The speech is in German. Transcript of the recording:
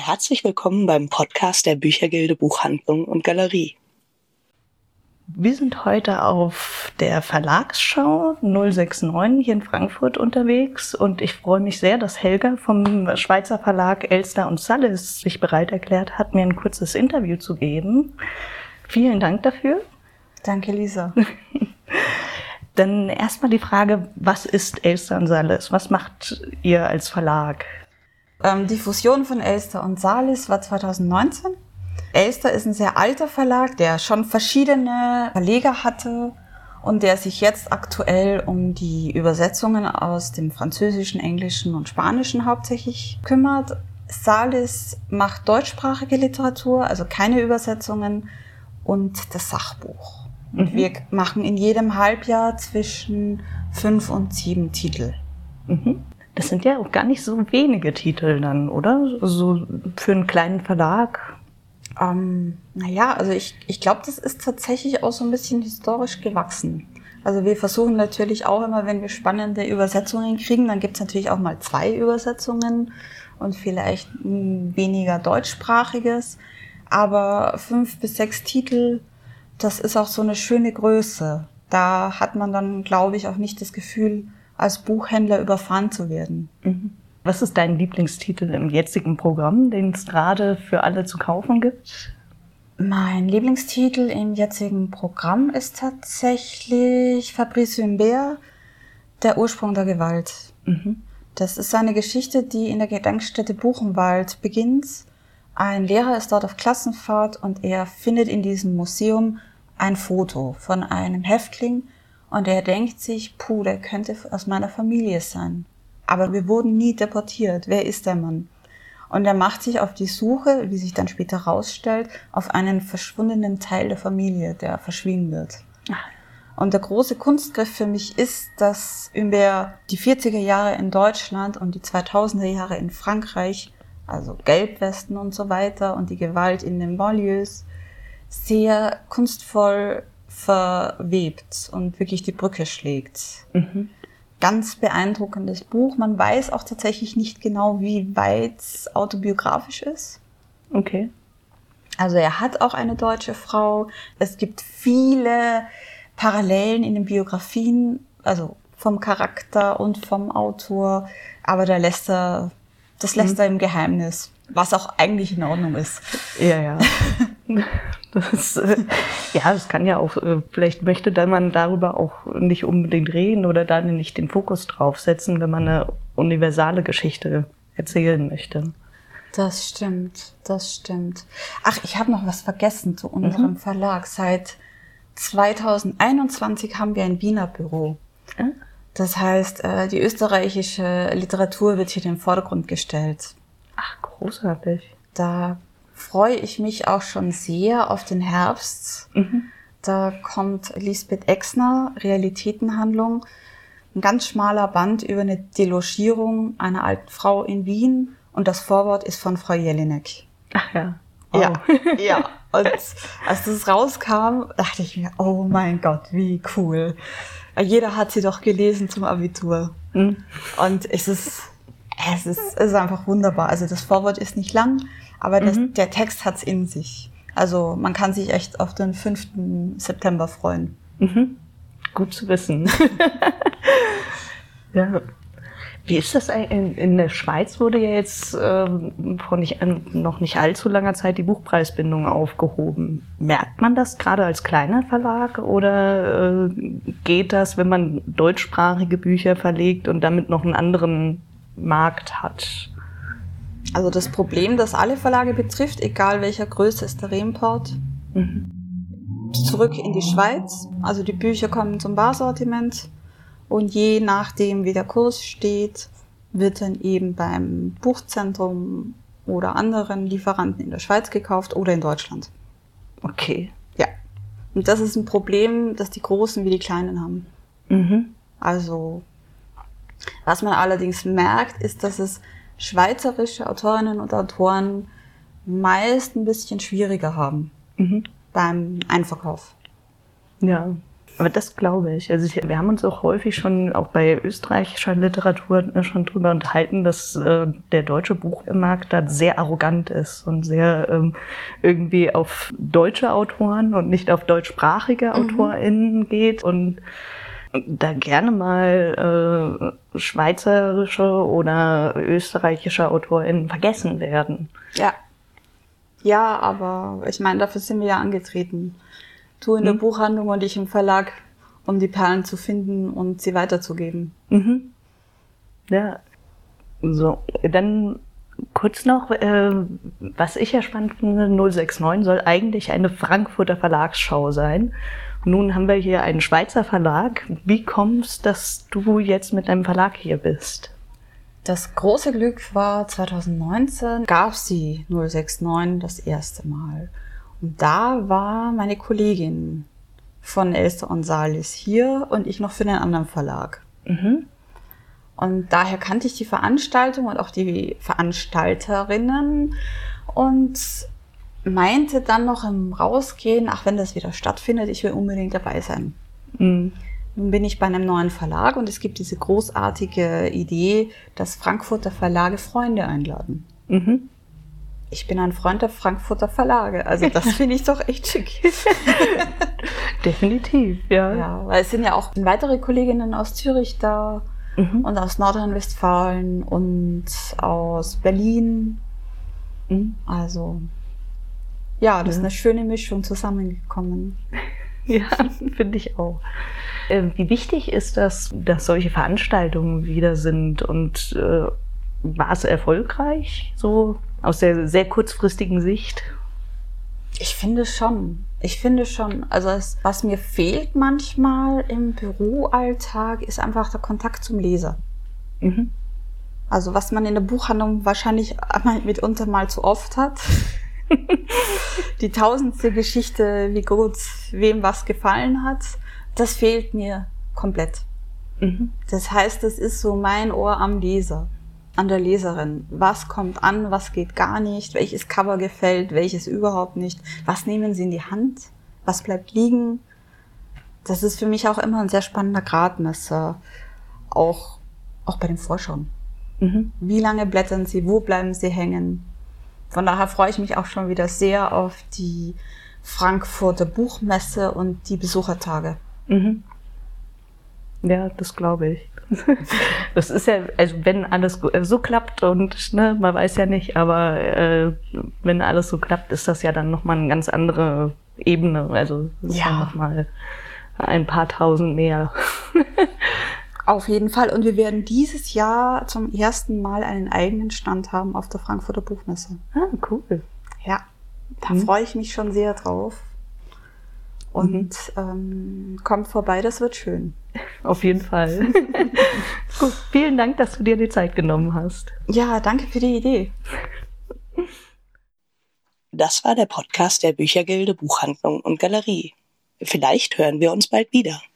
herzlich willkommen beim Podcast der Büchergilde Buchhandlung und Galerie. Wir sind heute auf der Verlagsschau 069 hier in Frankfurt unterwegs und ich freue mich sehr, dass Helga vom Schweizer Verlag Elster und Sallis sich bereit erklärt hat, mir ein kurzes Interview zu geben. Vielen Dank dafür. Danke, Lisa. Dann erstmal die Frage, was ist Elster und Sallis? Was macht ihr als Verlag? Die Fusion von Elster und Sallis war 2019. Elster ist ein sehr alter Verlag, der schon verschiedene Verleger hatte und der sich jetzt aktuell um die Übersetzungen aus dem Französischen, Englischen und Spanischen hauptsächlich kümmert. Sallis macht deutschsprachige Literatur, also keine Übersetzungen, und das Sachbuch. Und wir machen in jedem Halbjahr zwischen 5 und 7 Titel. Das sind ja auch gar nicht so wenige Titel dann, oder? So für einen kleinen Verlag. Also ich glaube, das ist tatsächlich auch so ein bisschen historisch gewachsen. Also wir versuchen natürlich auch immer, wenn wir spannende Übersetzungen kriegen, dann gibt es natürlich auch mal 2 Übersetzungen und vielleicht weniger deutschsprachiges. Aber 5 bis 6 Titel, das ist auch so eine schöne Größe. Da hat man dann, glaube ich, auch nicht das Gefühl, als Buchhändler überfahren zu werden. Was ist dein Lieblingstitel im jetzigen Programm, den es gerade für alle zu kaufen gibt? Mein Lieblingstitel im jetzigen Programm ist tatsächlich Fabrice Humbert, Der Ursprung der Gewalt. Das ist eine Geschichte, die in der Gedenkstätte Buchenwald beginnt. Ein Lehrer ist dort auf Klassenfahrt und er findet in diesem Museum ein Foto von einem Häftling und er denkt sich, der könnte aus meiner Familie sein. Aber wir wurden nie deportiert. Wer ist der Mann? Und er macht sich auf die Suche, wie sich dann später rausstellt, auf einen verschwundenen Teil der Familie, der verschwiegen wird. Und der große Kunstgriff für mich ist, dass Humbert die 40er Jahre in Deutschland und die 2000er Jahre in Frankreich, also Gelbwesten und so weiter und die Gewalt in den Banlieues, sehr kunstvoll verwebt und wirklich die Brücke schlägt. Ganz beeindruckendes Buch. Man weiß auch tatsächlich nicht genau, wie weit es autobiografisch ist. Okay. Also er hat auch eine deutsche Frau. Es gibt viele Parallelen in den Biografien, also vom Charakter und vom Autor. Aber das lässt er im Geheimnis, was auch eigentlich in Ordnung ist. Ja. Das kann ja auch, vielleicht möchte man darüber auch nicht unbedingt reden oder da nicht den Fokus draufsetzen, wenn man eine universale Geschichte erzählen möchte. Das stimmt. Ach, ich habe noch was vergessen zu unserem Verlag. Seit 2021 haben wir ein Wiener Büro. Das heißt, die österreichische Literatur wird hier in den Vordergrund gestellt. Ach, großartig. Da freue ich mich auch schon sehr auf den Herbst. Da kommt Lisbeth Exner, Realitätenhandlung, ein ganz schmaler Band über eine Delogierung einer alten Frau in Wien und das Vorwort ist von Frau Jelinek. Ach ja. Oh. Ja. Und als das rauskam, dachte ich mir, oh mein Gott, wie cool. Jeder hat sie doch gelesen zum Abitur. Und es ist einfach wunderbar. Also das Vorwort ist nicht lang, aber der Text hat's in sich. Also man kann sich echt auf den 5. September freuen. Gut zu wissen. Ja. Wie ist das eigentlich? In der Schweiz wurde ja jetzt vor noch nicht allzu langer Zeit die Buchpreisbindung aufgehoben. Merkt man das gerade als kleiner Verlag oder geht das, wenn man deutschsprachige Bücher verlegt und damit noch einen anderen Markt hat? Also das Problem, das alle Verlage betrifft, egal welcher Größe, ist der Reimport. Zurück in die Schweiz. Also die Bücher kommen zum Barsortiment und je nachdem, wie der Kurs steht, wird dann eben beim Buchzentrum oder anderen Lieferanten in der Schweiz gekauft oder in Deutschland. Okay. Ja. Und das ist ein Problem, das die Großen wie die Kleinen haben. Also was man allerdings merkt, ist, dass es schweizerische Autorinnen und Autoren meist ein bisschen schwieriger haben beim Einverkauf. Ja. Aber das glaube ich. Also wir haben uns auch häufig schon, auch bei österreichischer Literatur, schon drüber unterhalten, dass der deutsche Buchmarkt da sehr arrogant ist und sehr irgendwie auf deutsche Autoren und nicht auf deutschsprachige AutorInnen geht und da gerne mal schweizerische oder österreichische AutorInnen vergessen werden. Ja. Ja, aber ich meine, dafür sind wir ja angetreten. Du in der Buchhandlung und ich im Verlag, um die Perlen zu finden und sie weiterzugeben. Mhm. Ja. So, dann kurz noch, was ich ja spannend finde, 069 soll eigentlich eine Frankfurter Verlagsschau sein. Nun haben wir hier einen Schweizer Verlag. Wie kommt's, dass du jetzt mit deinem Verlag hier bist? Das große Glück war, 2019 gab es die 069 das erste Mal. Und da war meine Kollegin von Elster und Salis hier und ich noch für den anderen Verlag. Mhm. Und daher kannte ich die Veranstaltung und auch die Veranstalterinnen und meinte dann noch im Rausgehen, ach, wenn das wieder stattfindet, ich will unbedingt dabei sein. Mhm. Nun bin ich bei einem neuen Verlag und es gibt diese großartige Idee, dass Frankfurter Verlage Freunde einladen. Mhm. Ich bin ein Freund der Frankfurter Verlage, also das finde ich doch echt schick. Definitiv, ja. Ja, weil es sind ja auch weitere Kolleginnen aus Zürich da und aus Nordrhein-Westfalen und aus Berlin. Also ja, das ist eine schöne Mischung zusammengekommen. Ja, finde ich auch. Wie wichtig ist das, dass solche Veranstaltungen wieder sind und war es erfolgreich, so aus der sehr kurzfristigen Sicht? Ich finde schon. Also was mir fehlt manchmal im Büroalltag, ist einfach der Kontakt zum Leser. Mhm. Also was man in der Buchhandlung wahrscheinlich mitunter mal zu oft hat. Die 1000. Geschichte, wie gut wem was gefallen hat, das fehlt mir komplett. Mhm. Das heißt, das ist so mein Ohr am Leser, an der Leserin. Was kommt an, was geht gar nicht, welches Cover gefällt, welches überhaupt nicht, was nehmen sie in die Hand, was bleibt liegen. Das ist für mich auch immer ein sehr spannender Gradmesser, auch bei den Vorschauen. Mhm. Wie lange blättern sie, wo bleiben sie hängen? Von daher freue ich mich auch schon wieder sehr auf die Frankfurter Buchmesse und die Besuchertage. Mhm. Ja, das glaube ich. Das ist ja, also wenn alles so klappt und man weiß ja nicht, aber wenn alles so klappt, ist das ja dann nochmal eine ganz andere Ebene. Also es ist ja nochmal ein paar tausend mehr. Auf jeden Fall. Und wir werden dieses Jahr zum ersten Mal einen eigenen Stand haben auf der Frankfurter Buchmesse. Ah, cool. Ja, da freue ich mich schon sehr drauf. Und kommt vorbei, das wird schön. Auf jeden Fall. Gut, vielen Dank, dass du dir die Zeit genommen hast. Ja, danke für die Idee. Das war der Podcast der Büchergilde Buchhandlung und Galerie. Vielleicht hören wir uns bald wieder.